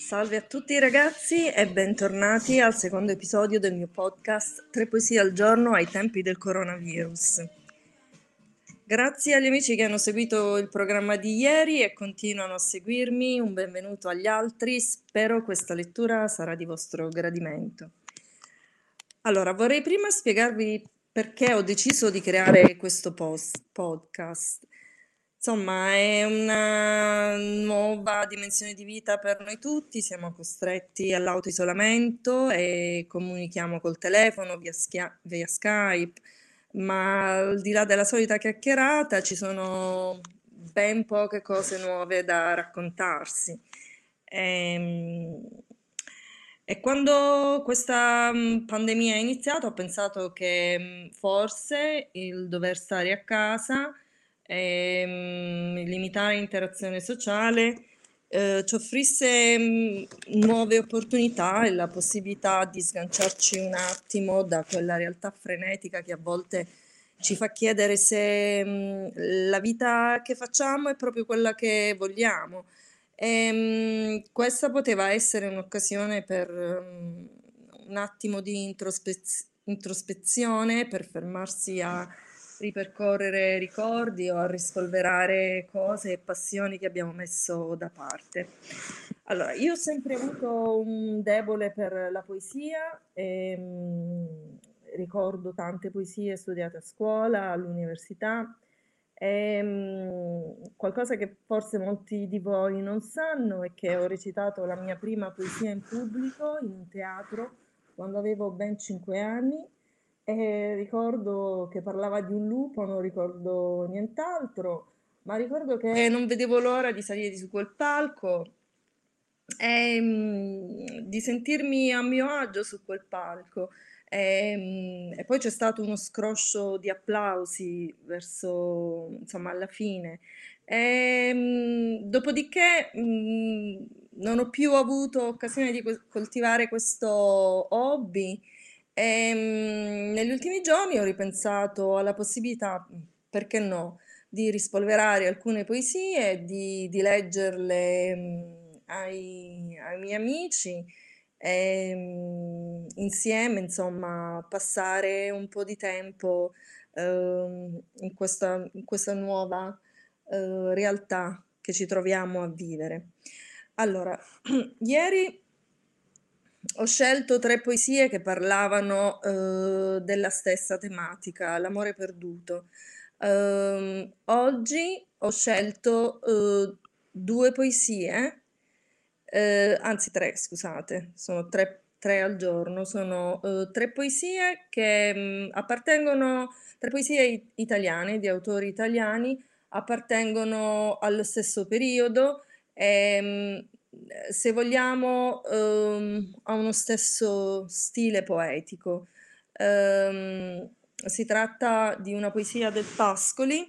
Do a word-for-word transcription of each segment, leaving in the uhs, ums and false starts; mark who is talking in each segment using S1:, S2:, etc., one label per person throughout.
S1: Salve a tutti ragazzi e bentornati al secondo episodio del mio podcast Tre poesie al giorno ai tempi del coronavirus. Grazie agli amici che hanno seguito il programma di ieri e continuano a seguirmi, un benvenuto agli altri, spero questa lettura sarà di vostro gradimento. Allora, vorrei prima spiegarvi perché ho deciso di creare questo post, podcast. Insomma, è una nuova dimensione di vita per noi tutti, siamo costretti all'autoisolamento e comunichiamo col telefono, via, schia- via Skype, ma al di là della solita chiacchierata ci sono ben poche cose nuove da raccontarsi. Ehm, E, quando questa mh, pandemia è iniziata ho pensato che mh, forse il dover stare a casa e mh, limitare l'interazione sociale eh, ci offrisse mh, nuove opportunità e la possibilità di sganciarci un attimo da quella realtà frenetica che a volte ci fa chiedere se mh, la vita che facciamo è proprio quella che vogliamo. Ehm, questa poteva essere un'occasione per um, un attimo di introspez- introspezione, per fermarsi a ripercorrere ricordi o a rispolverare cose e passioni che abbiamo messo da parte. Allora, io ho sempre avuto un debole per la poesia e mm, ricordo tante poesie studiate a scuola, all'università. Ehm, qualcosa che forse molti di voi non sanno è che ho recitato la mia prima poesia in pubblico in un teatro quando avevo ben cinque anni e ricordo che parlava di un lupo, non ricordo nient'altro, ma ricordo che non vedevo l'ora di salire su quel palco e mm, di sentirmi a mio agio su quel palco. E, mm, e poi c'è stato uno scroscio di applausi verso, insomma, alla fine. E, mm, dopodiché, mm, non ho più avuto occasione di que- coltivare questo hobby. E, mm, negli ultimi giorni ho ripensato alla possibilità, perché no, di rispolverare alcune poesie, di, di leggerle mh, ai, ai miei amici e mh, insieme, insomma, passare un po' di tempo ehm, in questa, in questa nuova eh, realtà che ci troviamo a vivere. Allora, ieri ho scelto tre poesie che parlavano eh, della stessa tematica, l'amore perduto. Ehm, oggi ho scelto eh, due poesie, eh, anzi tre, scusate, sono tre, tre al giorno, sono eh, tre poesie che mh, appartengono, tre poesie i- italiane, di autori italiani, appartengono allo stesso periodo e, mh, se vogliamo, ehm, ha uno stesso stile poetico. Ehm, si tratta di una poesia del Pascoli,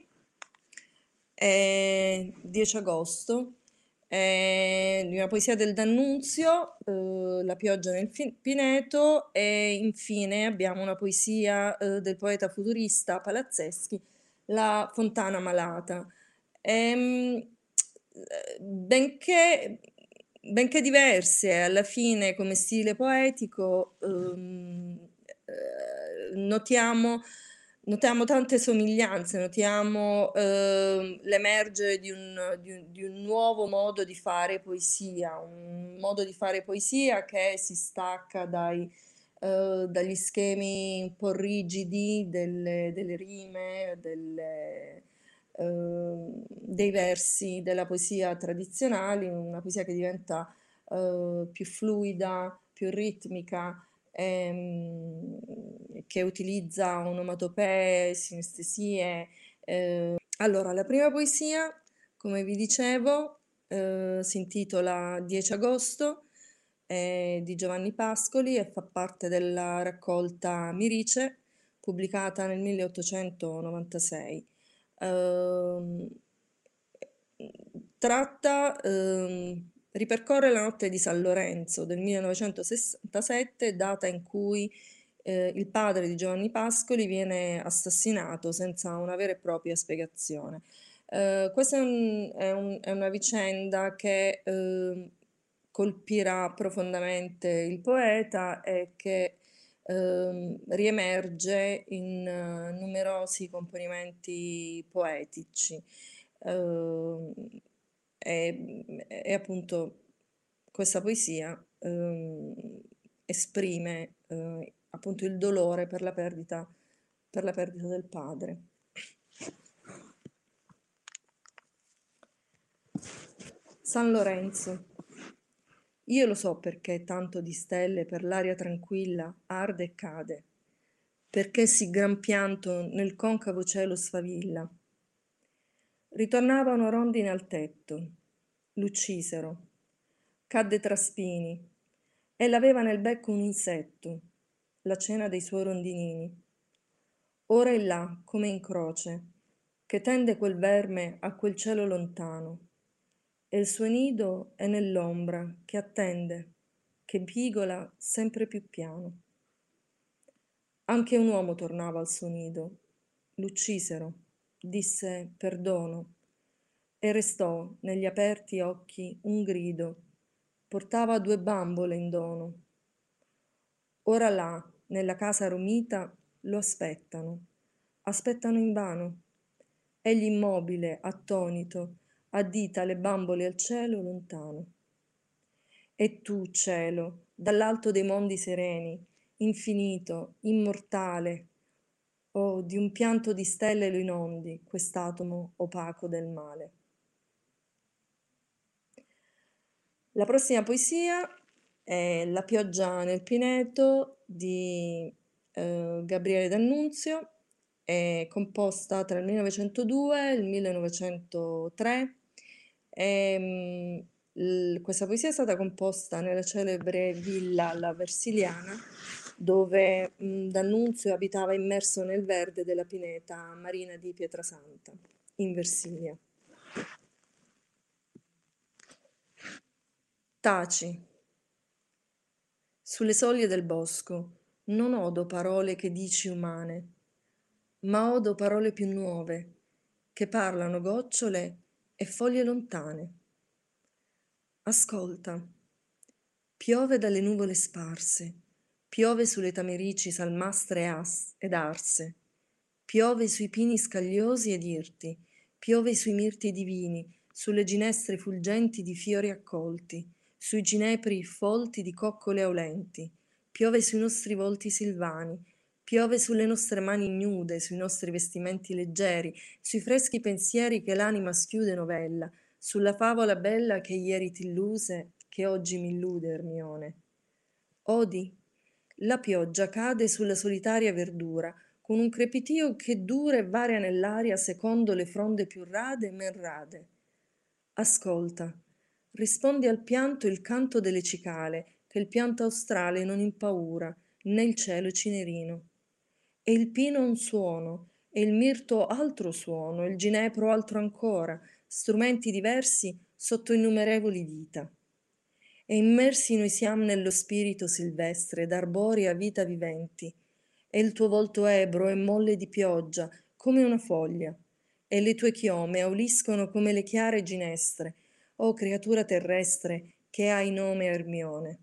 S1: eh, dieci agosto, eh, di una poesia del D'Annunzio, eh, La pioggia nel fi- pineto, e infine abbiamo una poesia, eh, del poeta futurista Palazzeschi, La fontana malata. Ehm, eh, benché, benché diverse alla fine come stile poetico, ehm, eh, notiamo, notiamo tante somiglianze, notiamo ehm, l'emergere di un, di un- di un nuovo modo di fare poesia, un modo di fare poesia che si stacca dai, eh, dagli schemi un po' rigidi delle, delle rime, delle ehm, dei versi della poesia tradizionali, una poesia che diventa eh, più fluida, più ritmica, ehm, che utilizza onomatopee, sinestesie. eh. Allora, la prima poesia, come vi dicevo, eh, si intitola dieci agosto, è di Giovanni Pascoli e fa parte della raccolta Mirice, pubblicata nel milleottocentonovantasei. Ehm, tratta, ehm, ripercorre la notte di San Lorenzo del millenovecentosessantasette, data in cui eh, il padre di Giovanni Pascoli viene assassinato senza una vera e propria spiegazione. Eh, questa è, un- è un- è una vicenda che eh, colpirà profondamente il poeta e che ehm, riemerge in eh, numerosi componimenti poetici. Ehm, e, e appunto questa poesia ehm, esprime eh, appunto il dolore per la perdita, per la perdita del padre. San Lorenzo. Io lo so perché tanto di stelle per l'aria tranquilla arde e cade, perché sì gran pianto nel concavo cielo sfavilla. Ritornavano rondine al tetto, l'uccisero, cadde tra spini, e l'aveva nel becco un insetto, la cena dei suoi rondinini. Ora è là, come in croce, che tende quel verme a quel cielo lontano, e il suo nido è nell'ombra che attende, che pigola sempre più piano. Anche un uomo tornava al suo nido, l'uccisero, disse perdono, e restò negli aperti occhi un grido, portava due bambole in dono. Ora là, nella casa romita, lo aspettano, aspettano invano. Egli immobile, attonito, addita le bambole al cielo lontano. E tu, cielo, dall'alto dei mondi sereni, infinito, immortale, oh, di un pianto di stelle lo inondi, quest'atomo opaco del male. La prossima poesia è La pioggia nel pineto di eh, Gabriele D'Annunzio, è composta tra il millenovecentodue e il millenovecentotre. E, mh, l- questa poesia è stata composta nella celebre villa La Versiliana, dove mh, D'Annunzio abitava immerso nel verde della pineta marina di Pietrasanta, in Versilia. Taci. Sulle soglie del bosco non odo parole che dici umane, ma odo parole più nuove, che parlano gocciole e foglie lontane. Ascolta, piove dalle nuvole sparse, piove sulle tamerici salmastre as- ed arse, piove sui pini scagliosi ed irti, piove sui mirti divini, sulle ginestre fulgenti di fiori accolti, sui ginepri folti di coccole aulenti, piove sui nostri volti silvani, piove sulle nostre mani ignude, sui nostri vestimenti leggeri, sui freschi pensieri che l'anima schiude novella, sulla favola bella che ieri t'illuse, che oggi m'illude, Ermione. Odi, la pioggia cade sulla solitaria verdura, con un crepitio che dura e varia nell'aria secondo le fronde più rade e men rade. Ascolta, rispondi al pianto il canto delle cicale, che il pianto australe non impaura, né il cielo cinerino. E il pino un suono, e il mirto altro suono, e il ginepro altro ancora, strumenti diversi sotto innumerevoli dita. E immersi noi siam nello spirito silvestre d'arborea vita viventi, e il tuo volto ebro è molle di pioggia come una foglia, e le tue chiome auliscono come le chiare ginestre, o creatura terrestre che hai nome Ermione.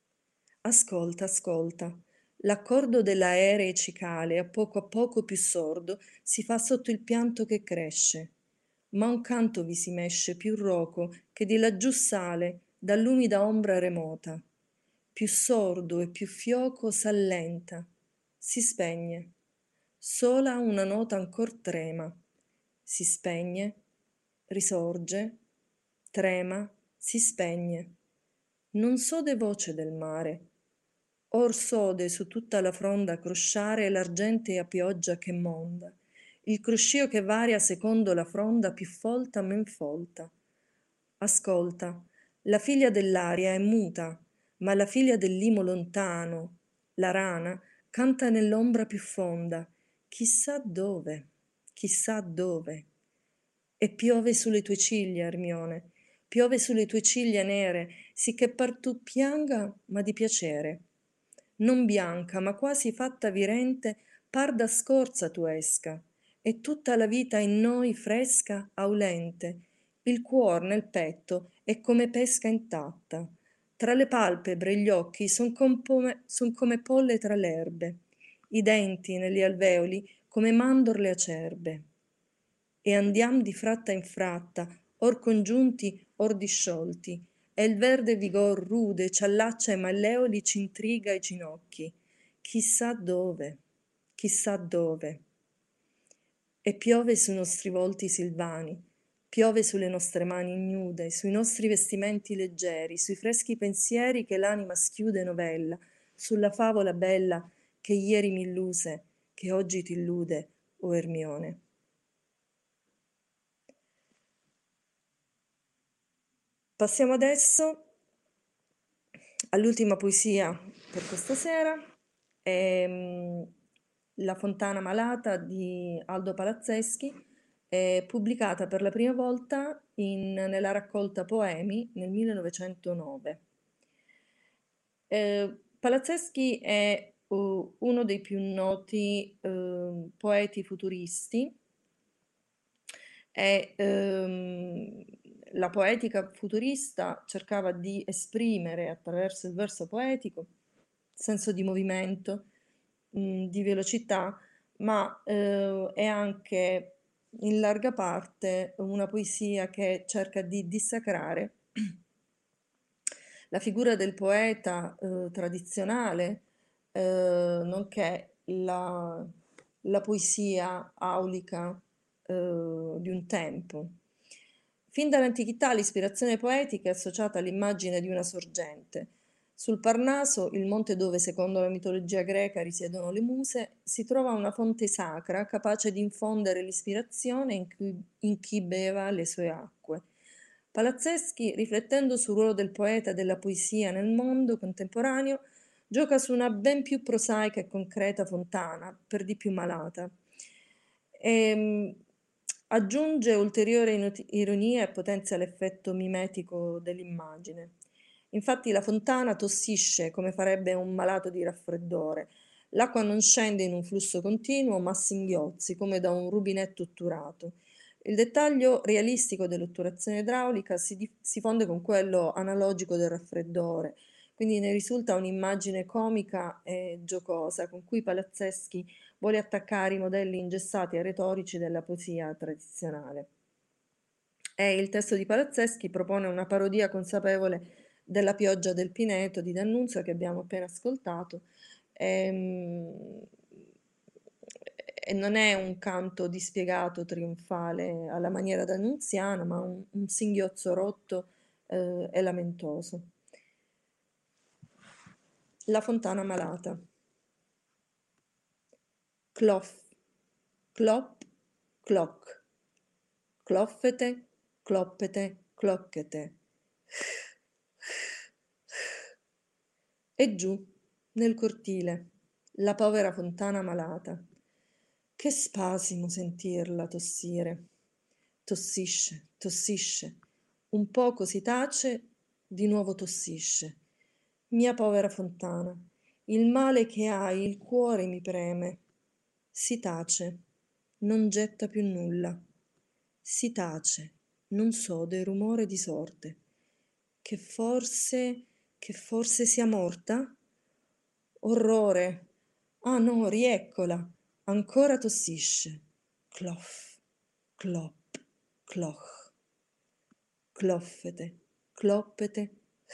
S1: Ascolta, ascolta. L'accordo dell'aeree cicale, a poco a poco più sordo, si fa sotto il pianto che cresce. Ma un canto vi si mesce più roco che di laggiù sale dall'umida ombra remota. Più sordo e più fioco s'allenta, si spegne. Sola una nota ancor trema. Si spegne, risorge, trema, si spegne. Non sode voce del mare. Or sode su tutta la fronda crosciare l'argentea pioggia che monda, il cruscio che varia secondo la fronda più folta men folta. Ascolta, la figlia dell'aria è muta, ma la figlia dell'imo lontano, la rana, canta nell'ombra più fonda, chissà dove, chissà dove. E piove sulle tue ciglia, Ermione, piove sulle tue ciglia nere, sicché par tu pianga, ma di piacere. Non bianca, ma quasi fatta virente, par da scorza tu esca, e tutta la vita in noi fresca, aulente, il cuor nel petto è come pesca intatta, Tra le palpebre e gli occhi son come, son come polle tra le erbe, i denti negli alveoli come mandorle acerbe. E andiam di fratta in fratta, or congiunti, or disciolti, e il verde vigor rude ciallaccia ai malleoli, c'intriga i ginocchi. Chissà dove, chissà dove. E piove sui nostri volti silvani, piove sulle nostre mani ignude, sui nostri vestimenti leggeri, sui freschi pensieri che l'anima schiude novella, sulla favola bella che ieri mi illuse, che oggi ti illude, o Ermione. Passiamo adesso all'ultima poesia per questa sera, è La fontana malata di Aldo Palazzeschi, è pubblicata per la prima volta in, nella raccolta Poemi nel millenovecentonove. Eh, Palazzeschi è uh, uno dei più noti uh, poeti futuristi. È, um, la poetica futurista cercava di esprimere attraverso il verso poetico senso di movimento, mh, di velocità, ma eh, è anche in larga parte una poesia che cerca di dissacrare la figura del poeta eh, tradizionale, eh, nonché la, la poesia aulica eh, di un tempo. Fin dall'antichità l'ispirazione poetica è associata all'immagine di una sorgente. Sul Parnaso, il monte dove secondo la mitologia greca risiedono le muse, si trova una fonte sacra capace di infondere l'ispirazione in chi, in chi beva le sue acque. Palazzeschi, riflettendo sul ruolo del poeta e della poesia nel mondo contemporaneo, gioca su una ben più prosaica e concreta fontana, per di più malata. E, aggiunge ulteriore ironia e potenzia l'effetto mimetico dell'immagine. Infatti la fontana tossisce come farebbe un malato di raffreddore. L'acqua non scende in un flusso continuo, ma singhiozzi come da un rubinetto otturato. Il dettaglio realistico dell'otturazione idraulica si, di- si fonde con quello analogico del raffreddore, quindi ne risulta un'immagine comica e giocosa con cui Palazzeschi vuole attaccare i modelli ingessati e retorici della poesia tradizionale. E il testo di Palazzeschi propone una parodia consapevole della pioggia del Pineto di D'Annunzio che abbiamo appena ascoltato. Ehm, E, non è un canto dispiegato trionfale alla maniera d'annunziana, ma un, un singhiozzo rotto eh, e lamentoso. La fontana malata. Cloff, clop, cloc, cloffete, cloppete, clocchete. E giù, nel cortile, la povera fontana malata. Che spasimo sentirla tossire. Tossisce, tossisce. Un poco si tace, di nuovo tossisce. Mia povera fontana, il male che hai, il cuore mi preme. Si tace, non getta più nulla. Si tace, non sode rumore di sorte. Che forse, che forse sia morta? Orrore! Ah no, rieccola! Ancora tossisce. Cloff, clop, cloch. Cloffete, cloppete.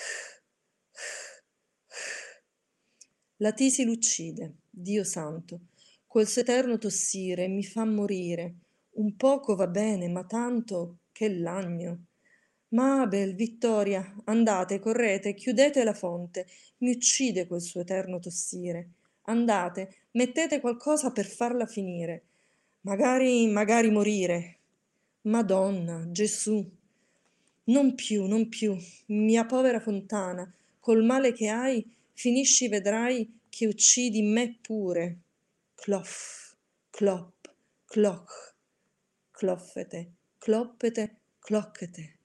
S1: La tisi l'uccide, Dio santo. Quel suo eterno tossire mi fa morire. Un poco va bene, ma tanto che lagno. Mabel, Vittoria, andate, correte, chiudete la fonte. Mi uccide quel suo eterno tossire. Andate, mettete qualcosa per farla finire. Magari, magari morire. Madonna, Gesù. Non più, non più, mia povera fontana, col male che hai, finisci vedrai che uccidi me pure. Cloff, clop, cloch, cloffete, cloppete, clocchete.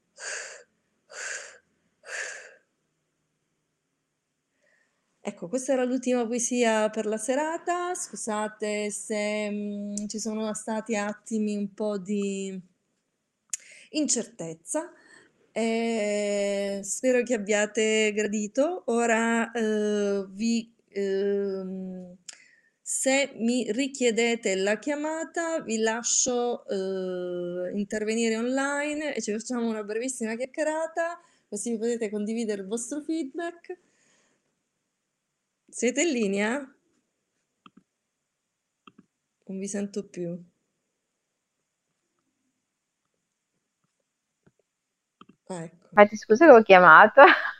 S1: Ecco, questa era l'ultima poesia per la serata. Scusate se mh, ci sono stati attimi un po' di incertezza, E spero che abbiate gradito. Ora eh, vi, ehm, se mi richiedete la chiamata, vi lascio eh, intervenire online e ci facciamo una brevissima chiacchierata, così potete condividere il vostro feedback. Siete in linea? Non vi sento più. Ah, ecco.
S2: Infatti, scusa che ho chiamato.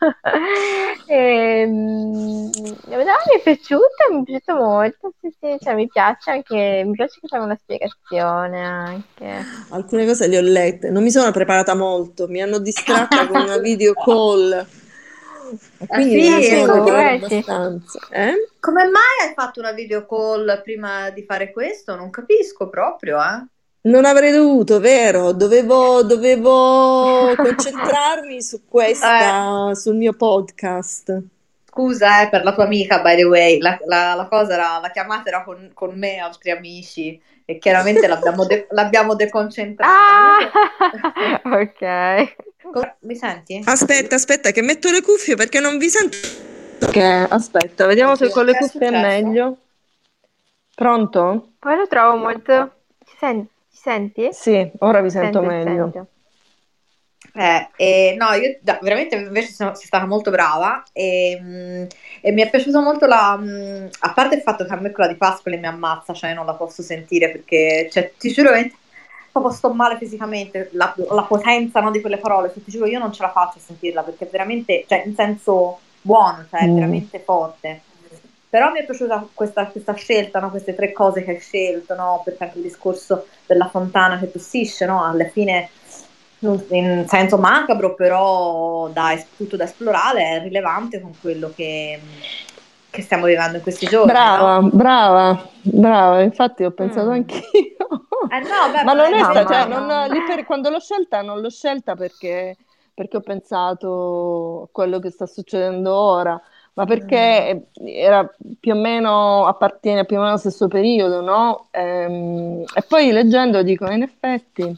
S2: Ehm, no, mi è piaciuta, mi è piaciuta molto, sì, sì, cioè, mi piace anche, mi piace che fai una spiegazione anche.
S1: Alcune cose le ho lette, non mi sono preparata molto, mi hanno distratta con una video call e
S3: Ah
S1: quindi me ne
S2: Ah
S3: sì,
S2: sì,
S1: sono
S2: ma
S1: preparata
S2: come sì?
S1: abbastanza. Eh?
S3: come mai hai fatto una video call prima di fare questo? Non capisco proprio, eh.
S1: Non avrei dovuto, vero? Dovevo, dovevo concentrarmi su
S3: Eh,
S1: questa, sul mio podcast.
S3: scusa, eh, per la tua amica, by the way, la, la- la cosa era, la chiamata era con, con me e altri amici e chiaramente l'abbiamo de- l'abbiamo deconcentrata.
S2: Ah,
S3: Comunque,
S2: ok.
S3: com- mi senti?
S1: Aspetta, aspetta, che metto le cuffie perché non vi sento. Che, aspetta, vediamo se
S3: Oddio,
S1: con le
S3: che è
S1: cuffie è
S3: successo?
S1: meglio. Pronto?
S2: Poi lo trovo molto... Ci sen- ci senti?
S1: Sì, ora vi sento
S2: Sento,
S1: meglio.
S2: sento.
S3: Eh, e no, io da- veramente invece sono, sei stata molto brava e, mm, e mi è piaciuto molto la... mm, a parte il fatto che a me quella di Pascoli mi ammazza, cioè io non la posso sentire perché, cioè, ti giuro, veramente, proprio sto male fisicamente, la, la potenza, no, di quelle parole, cioè, ti giuro, io non ce la faccio a sentirla perché è veramente, cioè, in senso buono, cioè, è
S1: Mm.
S3: veramente forte. Però mi è piaciuta questa, questa scelta, no? Queste tre cose che hai scelto, no? Perché anche il discorso della fontana che tossisce, no? Alla fine, non- in senso macabro, però da, es- tutto da esplorare, è rilevante con quello che, che stiamo vivendo in questi giorni, no?
S1: Brava, brava, brava, infatti ho pensato
S2: Mm.
S1: anch'io.
S3: Eh no, beh,
S1: Ma
S3: ma
S1: non
S3: è
S1: è sta, cioè,
S2: Mamma
S3: vero.
S1: non,
S2: mia.
S1: lì per, quando l'ho scelta, non l'ho scelta perché, perché ho pensato a quello che sta succedendo ora, ma
S3: Mm.
S1: perché era più o meno, appartiene più o meno allo stesso periodo, no? Ehm, E, poi leggendo dico, in effetti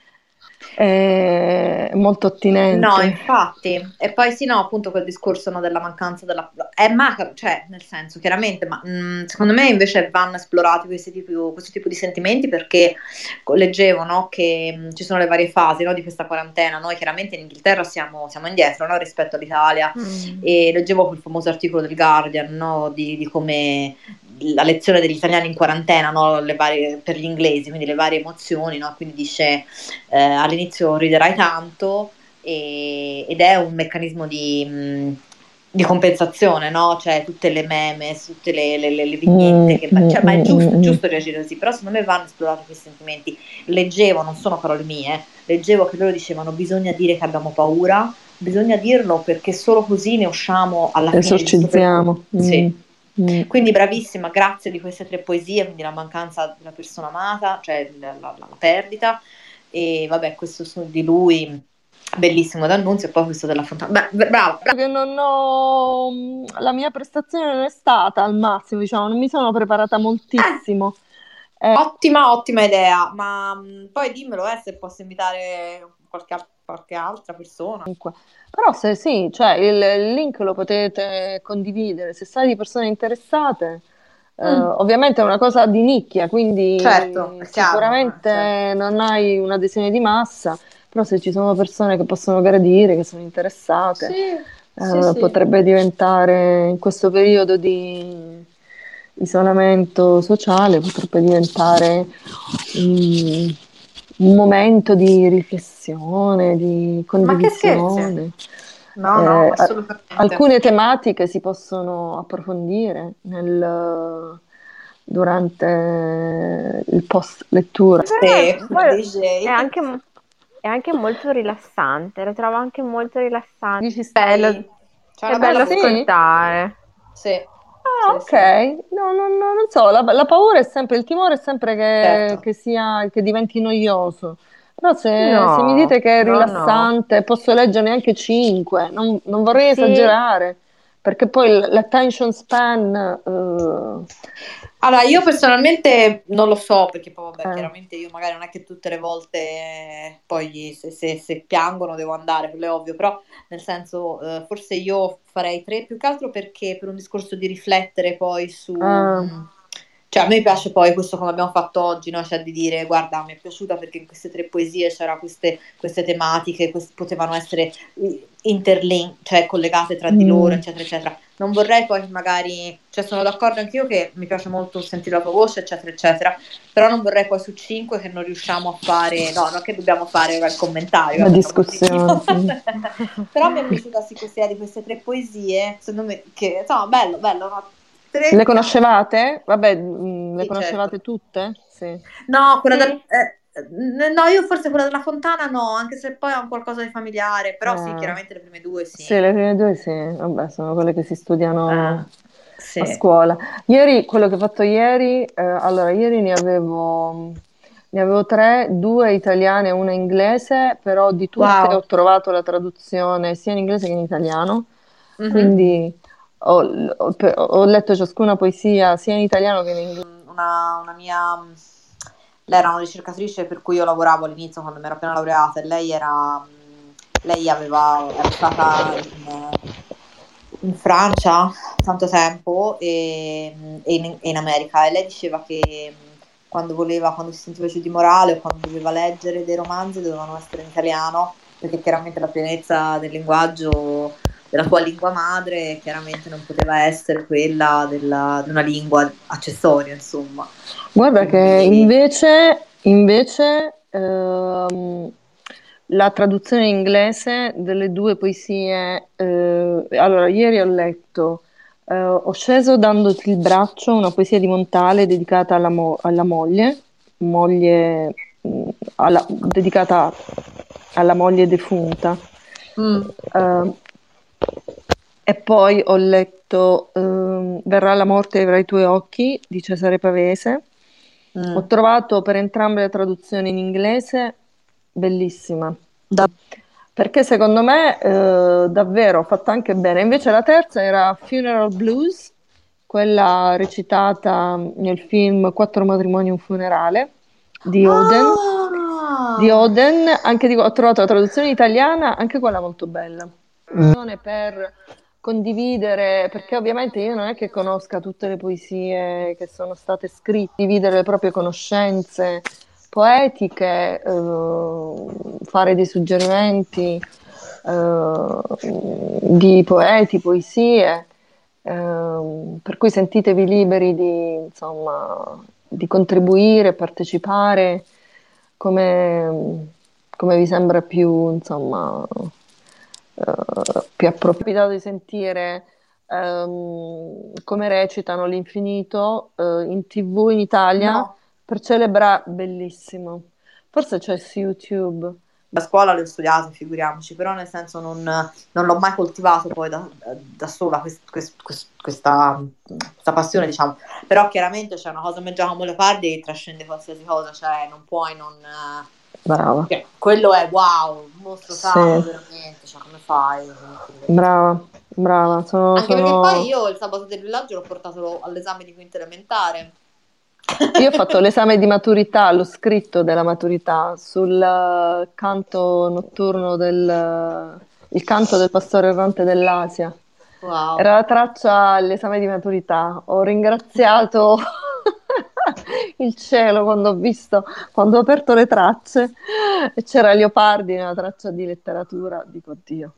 S1: è molto
S3: No,
S1: attinente.
S3: infatti, e poi sì, no, appunto quel discorso no, della mancanza della... È macabro, cioè, nel senso, chiaramente, ma mh, secondo me invece vanno esplorati questi tipi, questo tipo di sentimenti perché leggevo, no, che mh, ci sono le varie fasi, no, di questa quarantena. Noi chiaramente in Inghilterra siamo, siamo indietro, no, rispetto all'Italia
S2: Mm.
S3: e leggevo quel famoso articolo del Guardian, no, di, di come la lezione degli italiani in quarantena, no, le varie, per gli inglesi, quindi le varie emozioni, no, quindi dice eh, all'inizio riderai tanto e- ed è un meccanismo di, mh, di compensazione, no? Cioè tutte le memes, tutte le, le- le- le
S1: Mm,
S3: vignette, che,
S1: mm,
S3: cioè, ma è
S1: mm,
S3: giusto, è
S1: mm,
S3: giusto reagire così, però secondo me vanno esplorati questi sentimenti. Leggevo, non sono parole mie, leggevo che loro dicevano bisogna dire che abbiamo paura, bisogna dirlo perché solo così ne usciamo alla fine di questo percorso.
S1: esorcizziamo. Mm,
S3: Sì.
S1: mm.
S3: Quindi bravissima, grazie di queste tre poesie, quindi la mancanza della persona amata, cioè la, la- la perdita, e vabbè, questo su- di lui, bellissimo d'annunzio, e poi questo della fontana. Beh, brava, brava.
S1: Che non ho, mm, la mia prestazione non è stata al massimo, diciamo, non mi sono preparata
S3: Eh,
S1: moltissimo. Eh,
S3: ottima, ottima idea, ma mh, poi dimmelo eh, se posso invitare qualche, al- qualche altra persona.
S1: comunque. Però se sì, cioè il, il link lo potete condividere, se sai di persone interessate, eh,
S3: Mm,
S1: ovviamente è una cosa di nicchia,
S3: certo,
S1: quindi
S3: è chiaro, eh, certo.
S1: sicuramente non hai un'adesione di massa, però se ci sono persone che possono gradire, che sono interessate,
S3: Sì, sì,
S1: eh,
S3: sì.
S1: potrebbe diventare in questo periodo di isolamento sociale, potrebbe diventare un, un momento di riflessione, di
S3: Ma che scherzi?
S1: condivisione.
S3: No, no,
S1: Eh, a-
S3: assolutamente.
S1: alcune tematiche si possono approfondire nel- durante il post lettura.
S2: Per
S3: Sì,
S2: me
S3: come
S2: poi è
S3: D J.
S2: anche, è anche molto rilassante, lo trovo anche molto rilassante.
S1: Dici,
S2: Bello,
S3: Sai, c'è
S2: è
S3: una bella
S2: bello
S3: voce.
S1: sì?
S2: ascoltare.
S3: Sì,
S1: Ah,
S3: sì,
S1: ok.
S3: sì,
S1: No, no, no, non so, la, la paura è sempre, il timore è sempre che,
S3: certo.
S1: che sia, che diventi noioso. Però se, se mi
S2: No,
S1: dite che è
S2: no, no.
S1: rilassante, posso leggerne anche cinque, non, non vorrei
S2: Sì,
S1: esagerare, perché poi l- l'attention span, eh,
S3: Allora, io personalmente non lo so, perché poi, vabbè,
S1: eh,
S3: chiaramente io magari non è che tutte le volte eh, poi se, se- se piangono devo andare, quello è ovvio, però nel senso eh, forse io farei tre più che altro perché per un discorso di riflettere poi su...
S1: ah,
S3: mh, cioè a me piace poi questo come abbiamo fatto oggi, no? Cioè di dire guarda mi è piaciuta perché in queste tre poesie c'era queste, queste tematiche, quest- potevano essere interlink, cioè collegate tra di loro,
S1: mm,
S3: eccetera, eccetera. Non vorrei poi magari, cioè sono d'accordo anch'io che mi piace molto sentire la tua voce, eccetera, eccetera, però non vorrei poi su cinque che non riusciamo a fare, no, non che dobbiamo fare il commentario,
S1: la
S3: vabbè, siamo così.
S1: discussione, sì.
S3: Però mi è piaciuta sì, questa idea di queste tre poesie, secondo me, che insomma, bello, bello, no? Tre
S1: Le
S3: mi piace.
S1: conoscevate? Vabbè, mm, le
S3: Sì, certo.
S1: conoscevate tutte? Sì.
S3: No, quella del,
S2: Sì.
S3: eh, eh, no, io forse quella della fontana no, anche se poi ha un qualcosa di familiare, però sì,
S1: Eh,
S3: chiaramente le prime due sì.
S1: sì, le prime due sì, vabbè, sono quelle che si
S3: Eh,
S1: studiano a
S3: sì.
S1: scuola. Ieri, quello che ho fatto ieri, eh, allora, ieri ne avevo, ne avevo tre, due italiane e una inglese, però di tutte ho
S3: Wow.
S1: trovato la traduzione sia in inglese che in italiano,
S3: Mhm.
S1: quindi ho, ho- ho letto ciascuna poesia sia in italiano che in inglese.
S3: Una, una mia, lei era una ricercatrice per cui io lavoravo all'inizio quando mi ero appena laureata e lei era, lei aveva, era stata in, in Francia tanto tempo e, e in, e in America e lei diceva che quando voleva, quando si sentiva giù di morale o quando doveva leggere dei romanzi dovevano essere in italiano perché chiaramente la pienezza del linguaggio della tua lingua madre chiaramente non poteva essere quella della- di una lingua accessoria, insomma.
S1: Guarda che
S3: Quindi,
S1: invece, invece ehm, la traduzione inglese delle due poesie, eh, allora ieri ho letto eh, Ho sceso dandoti il braccio, una poesia di Montale dedicata alla, mo- alla moglie, moglie mh, alla- dedicata alla moglie defunta.
S3: mm,
S1: Eh, e poi ho letto ehm, Verrà la morte e avrai i tuoi occhi di Cesare Pavese. Ho
S3: mm.
S1: trovato per entrambe le traduzioni in inglese bellissima,
S3: Da-
S1: perché secondo me eh, davvero fatta anche bene. Invece la terza era Funeral Blues, quella recitata nel film Quattro matrimoni e un funerale di Oden. Di
S3: Ah!
S1: Oden, anche di- ho trovato la traduzione italiana, anche quella molto bella. Per condividere, perché ovviamente io non è che conosca tutte le poesie che sono state scritte, dividere le proprie conoscenze poetiche, eh, fare dei suggerimenti eh, di poeti, poesie, ehm, per cui sentitevi liberi di, insomma, di contribuire, partecipare come, come vi sembra più, insomma, eh, più appropriato. Mi è capitato di sentire ehm, come recitano l'Infinito eh, in T V in Italia
S3: No,
S1: per celebrare, bellissimo. Forse c'è su YouTube.
S3: a scuola le ho studiate, figuriamoci, però nel senso non, non l'ho mai coltivato poi da, da sola quest- quest- quest- questa, questa passione, diciamo. Però chiaramente c'è una cosa come Giacomo Leopardi che trascende qualsiasi cosa, cioè non puoi non...
S1: Brava,
S3: cioè, quello è wow, un mostro
S1: sì,
S3: sacro veramente, cioè come fai?
S1: brava, brava. Sono,
S3: Anche perché poi
S1: sono...
S3: io il sabato del villaggio l'ho portato all'esame di quinta elementare.
S1: Io ho fatto l'esame di maturità, l'ho scritto della maturità sul eh, canto notturno del, il canto del pastore errante dell'Asia. Era
S3: Wow.
S1: la traccia all'esame di maturità. Ho ringraziato il cielo quando ho visto, quando ho aperto le tracce e c'era Leopardi nella traccia di letteratura. Dico, Dio,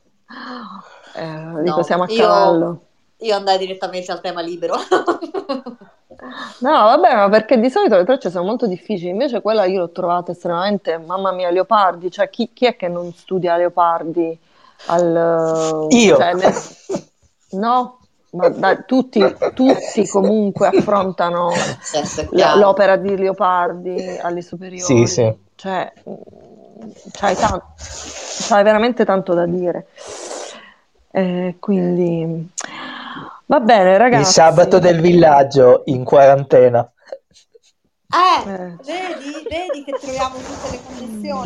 S1: eh, dico,
S3: No,
S1: siamo a
S3: io,
S1: cavallo.
S3: io andai direttamente al tema libero.
S1: No, vabbè, ma perché di solito le tracce sono molto difficili, invece quella io l'ho trovata estremamente, mamma mia, Leopardi, cioè chi, chi è che non studia Leopardi al,
S4: Io.
S1: cioè nel- no, ma dai, tutti, tutti comunque affrontano
S3: Certo, è
S1: l-
S3: chiaro.
S1: l'opera di Leopardi alle
S4: Sì, sì.
S1: superiori, cioè mm, c'hai tan- c'hai veramente tanto da dire. Eh, quindi va bene,
S4: Il
S1: ragazzi.
S4: sabato del villaggio in quarantena.
S3: Eh,
S1: Eh.
S3: vedi, vedi che troviamo tutte le connessioni.